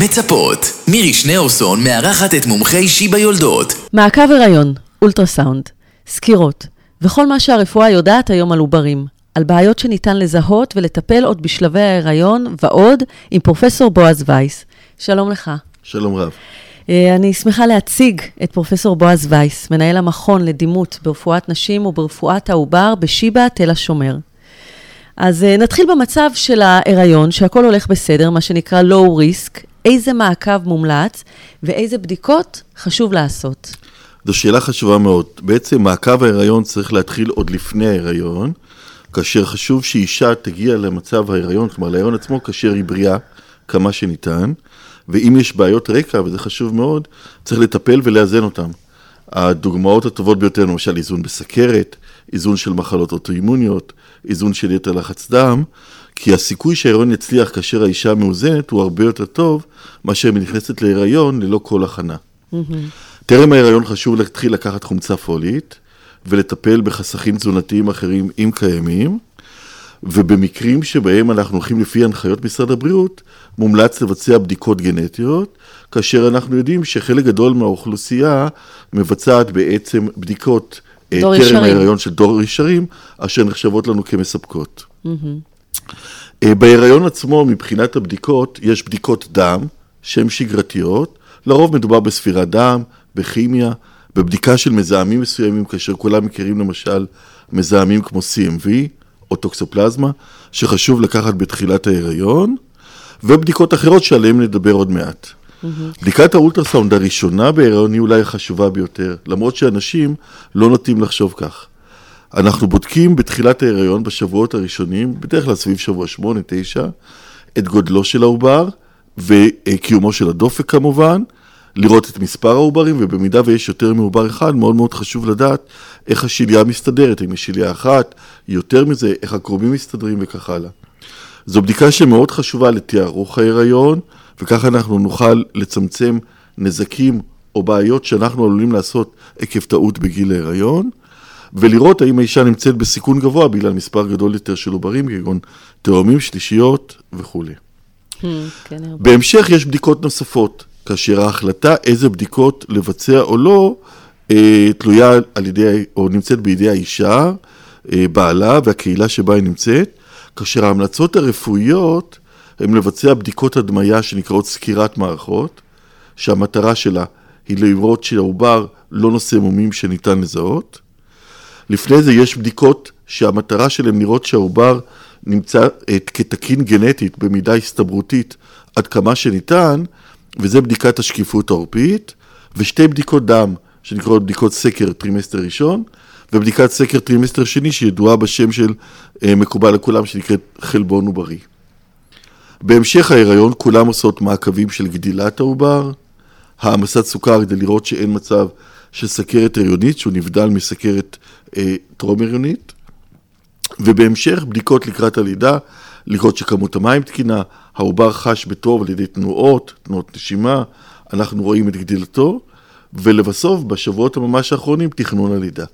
מצפות. מירי שניאורסון מארחת את מומחי שיבא יולדות. מעקב הריון, אולטרסאונד, סקירות, וכל מה שהרפואה יודעת היום על עוברים, על בעיות שניתן לזהות ולטפל עוד בשלבי ההיריון ועוד עם פרופסור בועז וייס. שלום לך. שלום רב. אני שמחה להציג את פרופסור בועז וייס, מנהל המכון לדימות ברפואת נשים וברפואת העובר בשיבא תל השומר. אז נתחיל במצב של ההיריון, שהכל הולך בסדר, מה שנקרא low risk, איזה מעקב מומלץ ואיזה בדיקות חשוב לעשות. זו שאלה חשובה מאוד. בעצם מעקב ההיריון צריך להתחיל עוד לפני ההיריון, כאשר חשוב שאישה תגיע למצב ההיריון, כלומר להיריון עצמו, כאשר היא בריאה כמה שניתן, ואם יש בעיות רקע, וזה חשוב מאוד, צריך לטפל ולאזן אותם. הדוגמאות הטובות ביותר, למשל איזון בסכרת, איזון של מחלות אוטואימוניות, איזון של יתר לחץ דם, כי הסיכוי שההיריון יצליח כאשר האישה מאוזנת הוא הרבה יותר טוב, מאשר היא נכנסת להיריון ללא כל הכנה. טרם ההיריון חשוב להתחיל לקחת חומצה פולית, ולטפל בחסכים תזונתיים אחרים אם קיימים, ובמקרים שבהם אנחנו הולכים לפי הנחיות משרד הבריאות, מומלץ לבצע בדיקות גנטיות, כאשר אנחנו יודעים שחלק גדול מהאוכלוסייה מבצעת בעצם בדיקות טרם ההיריון של דור ישרים, אשר נחשבות לנו כמספקות. בהיריון עצמו, מבחינת הבדיקות, יש בדיקות דם שהן שגרתיות, לרוב מדובר בספירת דם, בכימיה, בבדיקה של מזהמים מסוימים, כאשר כולם מכירים למשל מזהמים כמו CMV או טוקסופלזמה, שחשוב לקחת בתחילת ההיריון, ובדיקות אחרות שעליהן נדבר עוד מעט. בדיקת האולטרסאונד הראשונה בהיריון היא אולי החשובה ביותר, למרות שאנשים לא נוטים לחשוב כך. אנחנו בודקים בתחילת ההיריון, בשבועות הראשונים, בדרך כלל סביב שבוע 8-9, את גודלו של העובר, וקיומו של הדופק כמובן, לראות את מספר העוברים, ובמידה ויש יותר מעובר אחד, מאוד מאוד חשוב לדעת איך השיליה מסתדרת, אם יש שיליה אחת, יותר מזה, איך הקרובים מסתדרים וכך הלאה. זו בדיקה שמאוד חשובה לתיארוך ההיריון, וככה אנחנו נוכל לצמצם נזקים או בעיות שאנחנו עלולים לעשות עקב טעות בגיל ההיריון, ולראות האם האישה נמצאת בסיכון גבוה בגלל מספר גדול יותר של עוברים, כגון תאומים, שלישיות וכו'. בהמשך יש בדיקות נוספות, כאשר ההחלטה איזה בדיקות לבצע או לא, תלויה על ידי, או נמצאת בידי האישה, בעלה והקהילה שבה היא נמצאת, כאשר ההמלצות הרפואיות הם לבצע בדיקות הדמיה שנקראות סקירת מערכות, שהמטרה שלה היא לראות שהעובר לא נושא מומים שניתן לזהות. לפני זה יש בדיקות שהמטרה שלהם לראות שהעובר נמצא כתקין גנטית במידה הסתברותית עד כמה שניתן, וזה בדיקת השקיפות העורפית, ושתי בדיקות דם שנקראות בדיקות סקר טרימסטר ראשון, ובדיקת סקר טרימסטר שני שידועה בשם של מקובל לכולם שנקראת חלבון עוברי. בהמשך ההיריון כולם עושות מעקבים של גדילת העובר, העמסת סוכר כדי לראות שאין מצב של סכרת הריונית, שהוא נבדל מסכרת טרום הריונית, ובהמשך בדיקות לקראת הלידה, לראות שכמות המים תקינה, העובר חש בטוב על ידי תנועות נשימה, אנחנו רואים את גדילתו, ולבסוף בשבועות הממש האחרונים תכנון הלידה.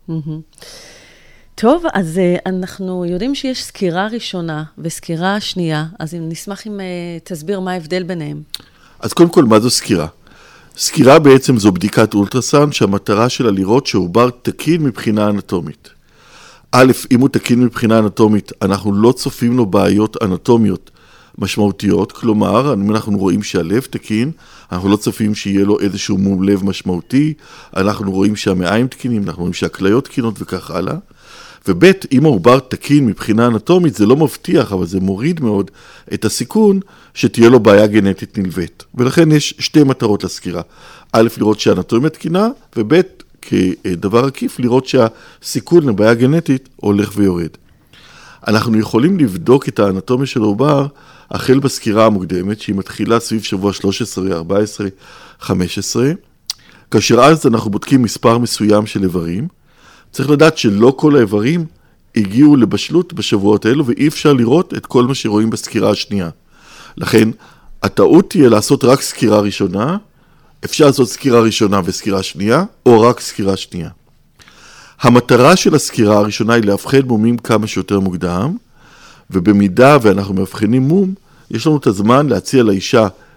טוב, אז אנחנו יודעים שיש סקירה ראשונה וסקירה שנייה, אז נשמח אם תסביר מה ההבדל ביניהם. אז קודם כל, מה זו סקירה? סקירה בעצם זו בדיקת אולטרסאונד, שהמטרה שלה לראות שעובר תקין מבחינה אנטומית. א', אם הוא תקין מבחינה אנטומית, אנחנו לא צופים לו בעיות אנטומיות משמעותיות, כלומר, אם אנחנו רואים שהלב תקין, אנחנו לא צופים שיהיה לו איזשהו מום לב משמעותי, אנחנו רואים שהמעיים תקינים, אנחנו רואים שהכליות תקינות וכך הלאה. וב', אם העובר תקין מבחינה אנטומית, זה לא מבטיח, אבל זה מוריד מאוד את הסיכון שתהיה לו בעיה גנטית נלווית. ולכן יש שתי מטרות לסקירה. א', לראות שהאנטומיה תקינה, וב', כדבר עקיף, לראות שהסיכון לבעיה גנטית הולך ויורד. אנחנו יכולים לבדוק את האנטומיה של העובר החל בסקירה המוקדמת, שהיא מתחילה סביב שבוע 13, 14, 15, כאשר אז אנחנו בודקים מספר מסוים של איברים. צריך לדעת שלא כל האיברים הגיעו לבשלות בשבועות האלו, ואי אפשר לראות את כל מה שרואים בסקירה השנייה. לכן, הטעות תהיה לעשות רק סקירה ראשונה, אפשר לעשות סקירה ראשונה וסקירה שנייה, או רק סקירה שנייה. המטרה של הסקירה הראשונה היא להבחן מומים כמה שיותר מוקדם, ובמידה ואנחנו מבחנים מום, יש לנו את הזמן להציע לאישה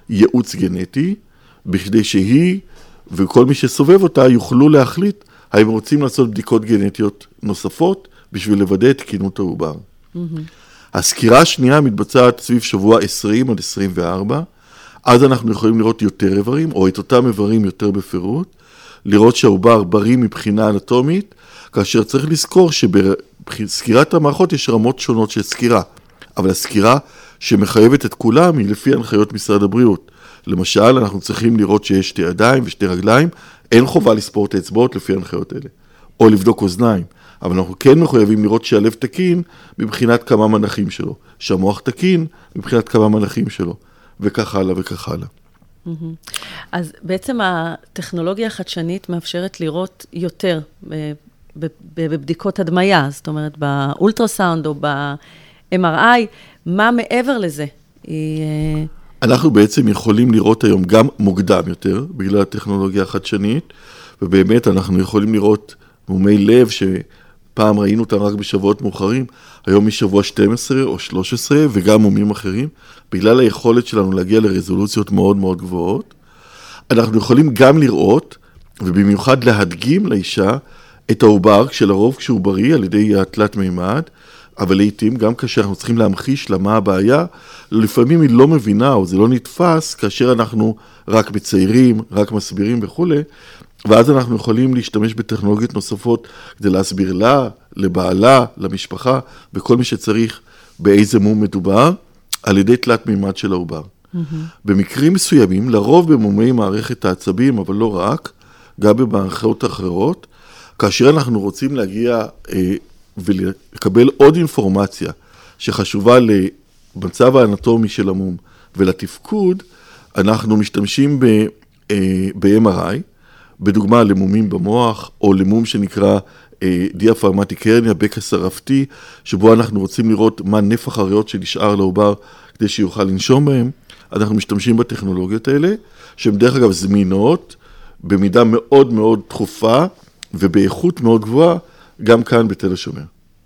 ייעוץ גנטי, בכדי שהיא וכל מי שסובב אותה יוכלו להחליט האם רוצים לעשות בדיקות גנטיות נוספות בשביל לוודא את תקינות העובר. הסקירה השנייה מתבצעת סביב שבוע 20 עד 24, אז אנחנו יכולים לראות יותר איברים, או את אותם איברים יותר בפירוט, לראות שהעובר בריא מבחינה אנטומית, כאשר צריך לזכור שבסקירת המערכות יש רמות שונות של סקירה, אבל הסקירה שמחייבת את כולם היא לפי הנחיות משרד הבריאות. למשל, אנחנו צריכים לראות שיש 2 ידיים ו2 רגליים, אין חובה לספור את האצבעות לפי ההנחיות האלה, או לבדוק אוזניים, אבל אנחנו כן מחויבים לראות שהלב תקין מבחינת כמה מנחים שלו, שהמוח תקין מבחינת כמה מנחים שלו, וכך הלאה וכך הלאה. אז בעצם הטכנולוגיה החדשנית מאפשרת לראות יותר בבדיקות הדמיה, זאת אומרת באולטרסאונד או ב-MRI, מה מעבר לזה? אנחנו בעצם יכולים לראות היום גם מוקדם יותר, בגלל הטכנולוגיה החדשנית, ובאמת אנחנו יכולים לראות מומי לב שפעם ראינו אותם רק בשבועות מאוחרים, היום משבוע 12 או 13 וגם מומים אחרים, בגלל היכולת שלנו להגיע לרזולוציות מאוד מאוד גבוהות. אנחנו יכולים גם לראות, ובמיוחד להדגים לאישה, את העובר, כשלרוב כשהוא בריא על ידי התלת מימד, אבל לעתים גם כאשר אנחנו צריכים להמחיש למה הבעיה, לפעמים היא לא מבינה או זה לא נתפס, כאשר אנחנו רק מציירים, רק מסבירים וכו', ואז אנחנו יכולים להשתמש בטכנולוגיות נוספות כדי להסביר לה, לבעלה, למשפחה, וכל מי שצריך באיזה מום מדובר, על ידי תלת מימד של העובר. במקרים מסוימים, לרוב במומי מערכת העצבים, אבל לא רק, גם במערכות אחרות, כאשר אנחנו רוצים להגיע ולקבל עוד אינפורמציה שחשובה למצב האנטומי של המום ולתפקוד, אנחנו משתמשים ב-MRI, בדוגמה למומים במוח, או למום שנקרא דיאפרגמטיק הרניה, בקע שרפתי, שבו אנחנו רוצים לראות מה נפח הריאות שנשאר לעובר כדי שיוכל לנשום בהם. אנחנו משתמשים בטכנולוגיות האלה, שהן דרך אגב זמינות, במידה מאוד מאוד תכופה, ובאיכות מאוד גבוהה, גם כאן בתל השומר.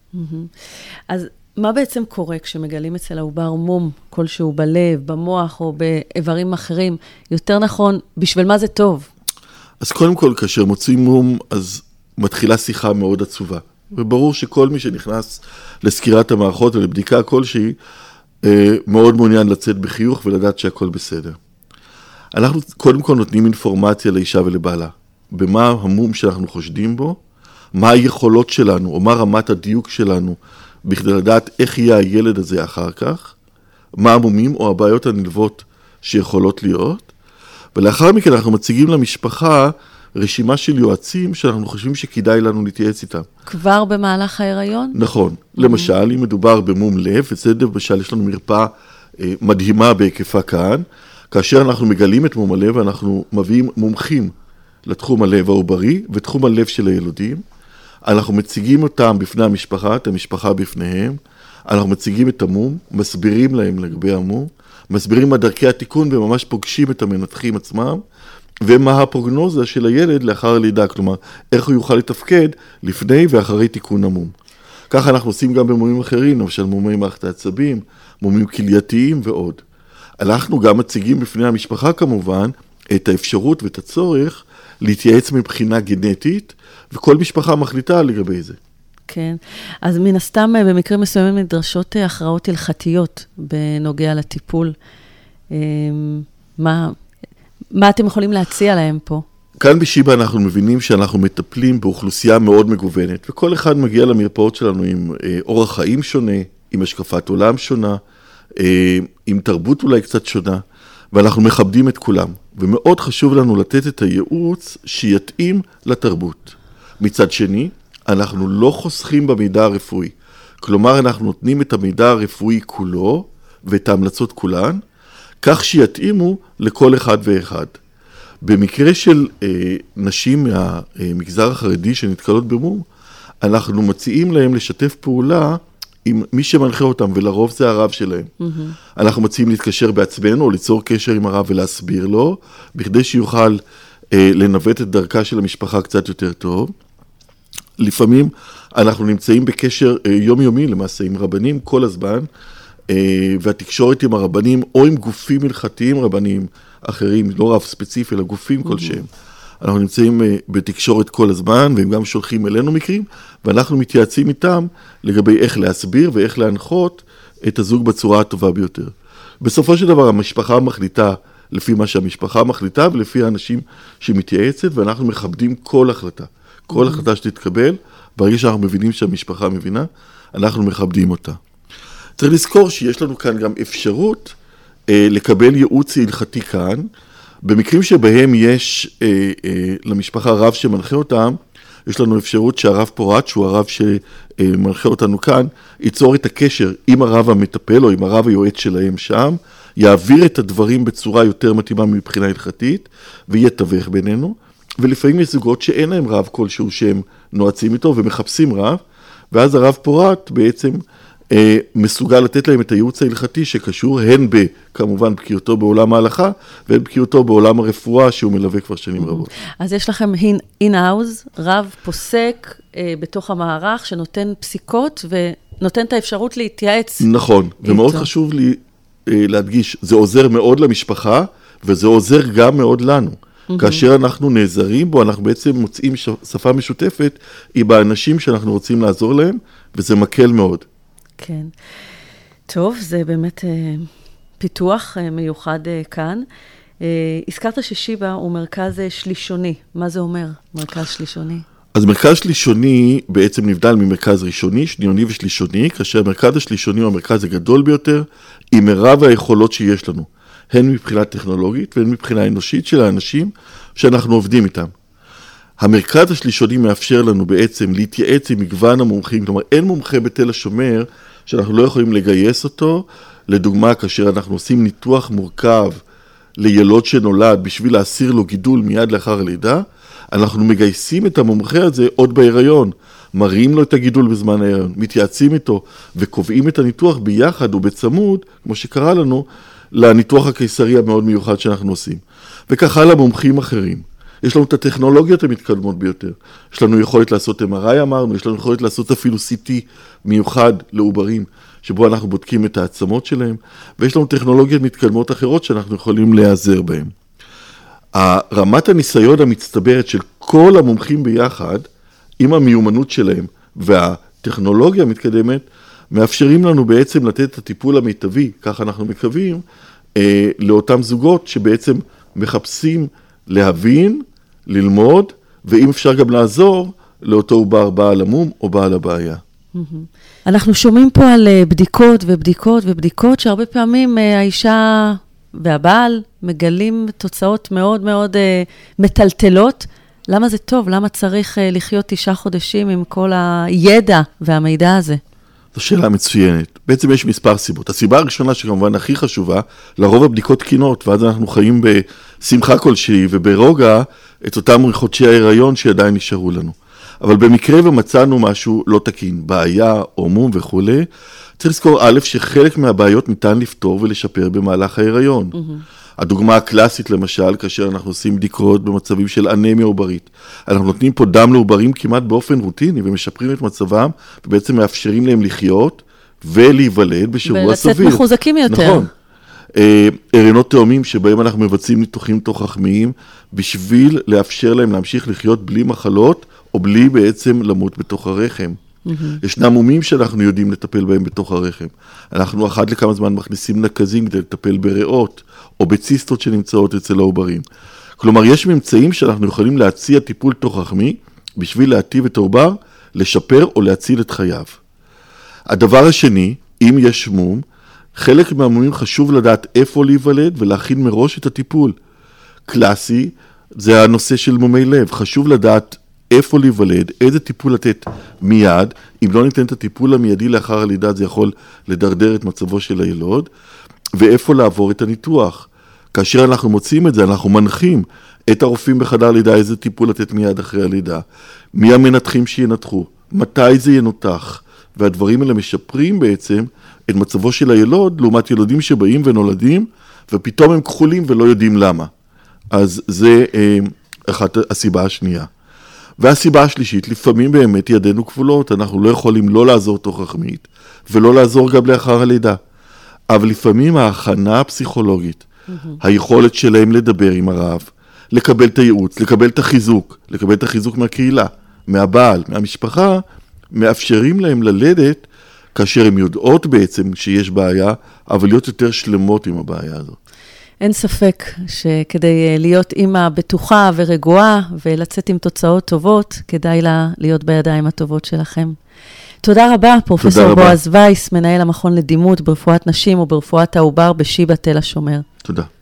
אז מה בעצם קורה כשמגלים אצל העובר מום כלשהו בלב, במוח או באיברים אחרים? יותר נכון, בשביל מה זה טוב? אז קודם כל, כאשר מוצאים מום, אז מתחילה שיחה מאוד עצובה. וברור שכל מי שנכנס לסקירת המערכות ולבדיקה כלשהי, מאוד מעוניין לצאת בחיוך ולדעת שהכל בסדר. אנחנו קודם כל נותנים אינפורמציה לאישה ולבעלה. במה המום שאנחנו חושדים בו, מה היכולות שלנו, או מה רמת הדיוק שלנו, בכדי לדעת איך יהיה הילד הזה אחר כך, מה המומים או הבעיות הנלוות שיכולות להיות, ולאחר מכן אנחנו מציגים למשפחה רשימה של יועצים שאנחנו חושבים שכדאי לנו להתייעץ איתם. כבר במהלך ההיריון? נכון. למשל, אם מדובר במום לב, אצלנו למשל יש לנו מרפאה מדהימה בהיקפה כאן, כאשר אנחנו מגלים את מום הלב, אנחנו מביאים מומחים לתחום הלב העוברי ותחום הלב של הילודים. אנחנו מציגים אותם בפני המשפחה, את המשפחה בפניהם. אנחנו מציגים את המום, מסבירים להם לגבי המום, מסבירים מה דרכי התיקון וממש פוגשים את המנתחים עצמם, ומה הפרוגנוזה של הילד לאחר הלידה, כלומר, איך הוא יוכל לתפקד לפני ואחרי תיקון המום. ככה אנחנו עושים גם במומים אחרים, למשל מומי מערכת העצבים, מומים כלייתיים ועוד. אנחנו גם מציגים בפני המשפחה כמובן את האפשרות ואת הצורך להתייעץ מבחינה גנטית, וכל משפחה מחליטה לגבי זה. כן, אז מן הסתם במקרים מסוימים נדרשות הכרעות הלכתיות בנוגע לטיפול. מה אתם יכולים להציע להם פה? כאן בשיבא אנחנו מבינים שאנחנו מטפלים באוכלוסייה מאוד מגוונת, וכל אחד מגיע למרפאות שלנו עם אורח חיים שונה, עם השקפת עולם שונה, עם תרבות אולי קצת שונה, ואנחנו מכבדים את כולם. ומאוד חשוב לנו לתת את הייעוץ שיתאים לתרבות. מצד שני, אנחנו לא חוסכים במידע הרפואי. כלומר, אנחנו נותנים את המידע הרפואי כולו, ואת ההמלצות כולן, כך שיתאימו לכל אחד ואחד. במקרה של נשים מהמגזר החרדי שנתקלות במום, אנחנו מציעים להם לשתף פעולה עם מי שמנחה אותם, ולרוב זה הרב שלהם. אנחנו מציעים להתקשר בעצמנו, או ליצור קשר עם הרב ולהסביר לו, בכדי שיוכל לנווט את דרכה של המשפחה קצת יותר טוב. לפעמים אנחנו נמצאים בקשר יומיומי, למעשה עם רבנים כל הזמן, והתקשורת עם הרבנים, או עם גופים הלכתיים רבניים אחרים, לא רב ספציפי, אלא גופים כלשהם. אנחנו נמצאים בתקשורת כל הזמן, והם גם שולחים אלינו מקרים, ואנחנו מתייעצים איתם לגבי איך להסביר ואיך להנחות את הזוג בצורה הטובה ביותר. בסופו של דבר, המשפחה מחליטה לפי מה שהמשפחה מחליטה, ולפי האנשים שמתייעצת, ואנחנו מכבדים כל החלטה. כל החלטה שתתקבל, ברגע שאנחנו מבינים שהמשפחה מבינה, אנחנו מכבדים אותה. צריך לזכור שיש לנו כאן גם אפשרות לקבל ייעוץ הלכתי כאן, במקרים שבהם יש למשפחה רב שמנחה אותם, יש לנו אפשרות שהרב פורט, שהוא הרב שמנחה אותנו כאן, ייצור את הקשר עם הרב המטפל או עם הרב היועץ שלהם שם, יעביר את הדברים בצורה יותר מתאימה מבחינה הלכתית, ויתווך בינינו, ולפעמים יש זוגות שאין להם רב כלשהו שהם נועצים איתו ומחפשים רב, ואז הרב פורט בעצם מסוגל לתת להם את הייעוץ ההלכתי שקשור הן כמובן בקיאותו בעולם ההלכה, והן בקיאותו בעולם הרפואה שהוא מלווה כבר שנים רבות. אז יש לכם אין-האוז, רב פוסק בתוך המערך שנותן פסיקות ונותן את האפשרות להתייעץ. נכון, ומאוד חשוב לי להדגיש, זה עוזר מאוד למשפחה, וזה עוזר גם מאוד לנו. כאשר אנחנו נעזרים בו, אנחנו בעצם מוצאים שפה משותפת עם האנשים שאנחנו רוצים לעזור להם, וזה מקל מאוד. כן. טוב, זה באמת פיתוח מיוחד כאן. הזכרת ששיבא הוא מרכז שלישוני. מה זה אומר, מרכז שלישוני? אז מרכז שלישוני בעצם נבדל ממרכז ראשוני, שניוני ושלישוני, כאשר המרכז השלישוני הוא המרכז הגדול ביותר, עם מרב היכולות שיש לנו, הן מבחינה טכנולוגית והן מבחינה אנושית של האנשים שאנחנו עובדים איתם. המרכז השלישוני מאפשר לנו בעצם להתייעץ עם מגוון המומחים, כלומר אין מומחה בתל השומר שאנחנו לא יכולים לגייס אותו, לדוגמה כאשר אנחנו עושים ניתוח מורכב לילוד שנולד בשביל להסיר לו גידול מיד לאחר הלידה, אנחנו מגייסים את המומחה הזה עוד בהיריון, מראים לו את הגידול בזמן ההיריון, מתייעצים איתו וקובעים את הניתוח ביחד ובצמוד, כמו שקרה לנו, לניתוח הקיסרי המאוד מיוחד שאנחנו עושים. וככה למומחים אחרים. יש לנו את הטכנולוגיות המתקדמות ביותר. יש לנו יכולת לעשות MRI אמרנו, יש לנו יכולת לעשות אפילו CT מיוחד לעוברים, שבו אנחנו בודקים את העצמות שלהם, ויש לנו טכנולוגיות מתקדמות אחרות שאנחנו יכולים להיעזר בהן. רמת הניסיון המצטברת של כל המומחים ביחד, עם המיומנות שלהם והטכנולוגיה המתקדמת, מאפשרים לנו בעצם לתת את הטיפול המיטבי, כך אנחנו מקווים, לאותם זוגות שבעצם מחפשים להבין, ללמוד, ואם אפשר גם לעזור לאותו עובר בעל המום או בעל הבעיה. אנחנו שומעים פה על בדיקות ובדיקות ובדיקות, שהרבה פעמים האישה והבעל מגלים תוצאות מאוד מאוד מטלטלות. למה זה טוב? למה צריך לחיות 9 חודשים עם כל הידע והמידע הזה? זו שאלה מצוינת. בעצם יש מספר סיבות. הסיבה הראשונה שכמובן הכי חשובה, לרוב הבדיקות תקינות, ואז אנחנו חיים בשמחה כלשהי וברוגע את אותם חודשי ההיריון שעדיין נשארו לנו. אבל במקרה ומצאנו משהו לא תקין, בעיה או מום וכו', צריך לזכור א' שחלק מהבעיות ניתן לפתור ולשפר במהלך ההיריון. הדוגמה הקלאסית למשל, כאשר אנחנו עושים בדיקות במצבים של אנמיה עוברית. אנחנו נותנים פה דם לעוברים כמעט באופן רוטיני, ומשפרים את מצבם, ובעצם מאפשרים להם לחיות ולהיוולד בשבוע סביר. ולצאת מחוזקים יותר. נכון. הריונות תאומים שבהם אנחנו מבצעים ניתוחים תוך-רחמיים, בשביל לאפשר להם להמשיך לחיות בלי מחלות, או בלי בעצם למות בתוך הרחם. ישנם מומים שאנחנו יודעים לטפל בהם בתוך הרחם. אנחנו אחת לכמה זמן מכניסים נקזים כדי לטפל בריאות, או בציסטות שנמצאות אצל העוברים. כלומר, יש ממצאים שאנחנו יכולים להציע טיפול תוך-רחמי, בשביל להטיב את העובר, לשפר או להציל את חייו. הדבר השני, אם יש מום, חלק מהמומים חשוב לדעת איפה להיוולד ולהכין מראש את הטיפול. קלאסי, זה הנושא של מומי לב. חשוב לדעת איפה להיוולד, איזה טיפול לתת מיד. אם לא ניתן את הטיפול המיידי לאחר הלידה, זה יכול לדרדר את מצבו של הילוד, ואיפה לעבור את הניתוח. כאשר אנחנו מוצאים את זה, אנחנו מנחים את הרופאים בחדר לידה, איזה טיפול לתת מיד אחרי הלידה, מי המנתחים שינתחו, מתי זה ינותח, והדברים האלה משפרים בעצם את מצבו של הילוד, לעומת ילודים שבאים ונולדים, ופתאום הם כחולים ולא יודעים למה. אז זה אחת הסיבה השנייה. והסיבה השלישית, לפעמים באמת ידינו כבולות, אנחנו לא יכולים לא לעזור תוך-רחמית, ולא לעזור גם לאחר הלידה. אבל לפעמים ההכנה הפסיכולוגית, היכולת שלהם לדבר עם הרב, לקבל את הייעוץ, לקבל את החיזוק, לקבל את החיזוק מהקהילה, מהבעל, מהמשפחה, מאפשרים להם ללדת, כאשר הן יודעות בעצם שיש בעיה, אבל להיות יותר שלמות עם הבעיה הזאת. אין ספק שכדי להיות אימא בטוחה ורגועה ולצאת עם תוצאות טובות, כדאי לה להיות בידיים הטובות שלכם. תודה רבה, פרופסור בועז וייס, מנהל המכון לדימות ברפואת נשים וברפואת העובר בשיבא תל השומר. תודה.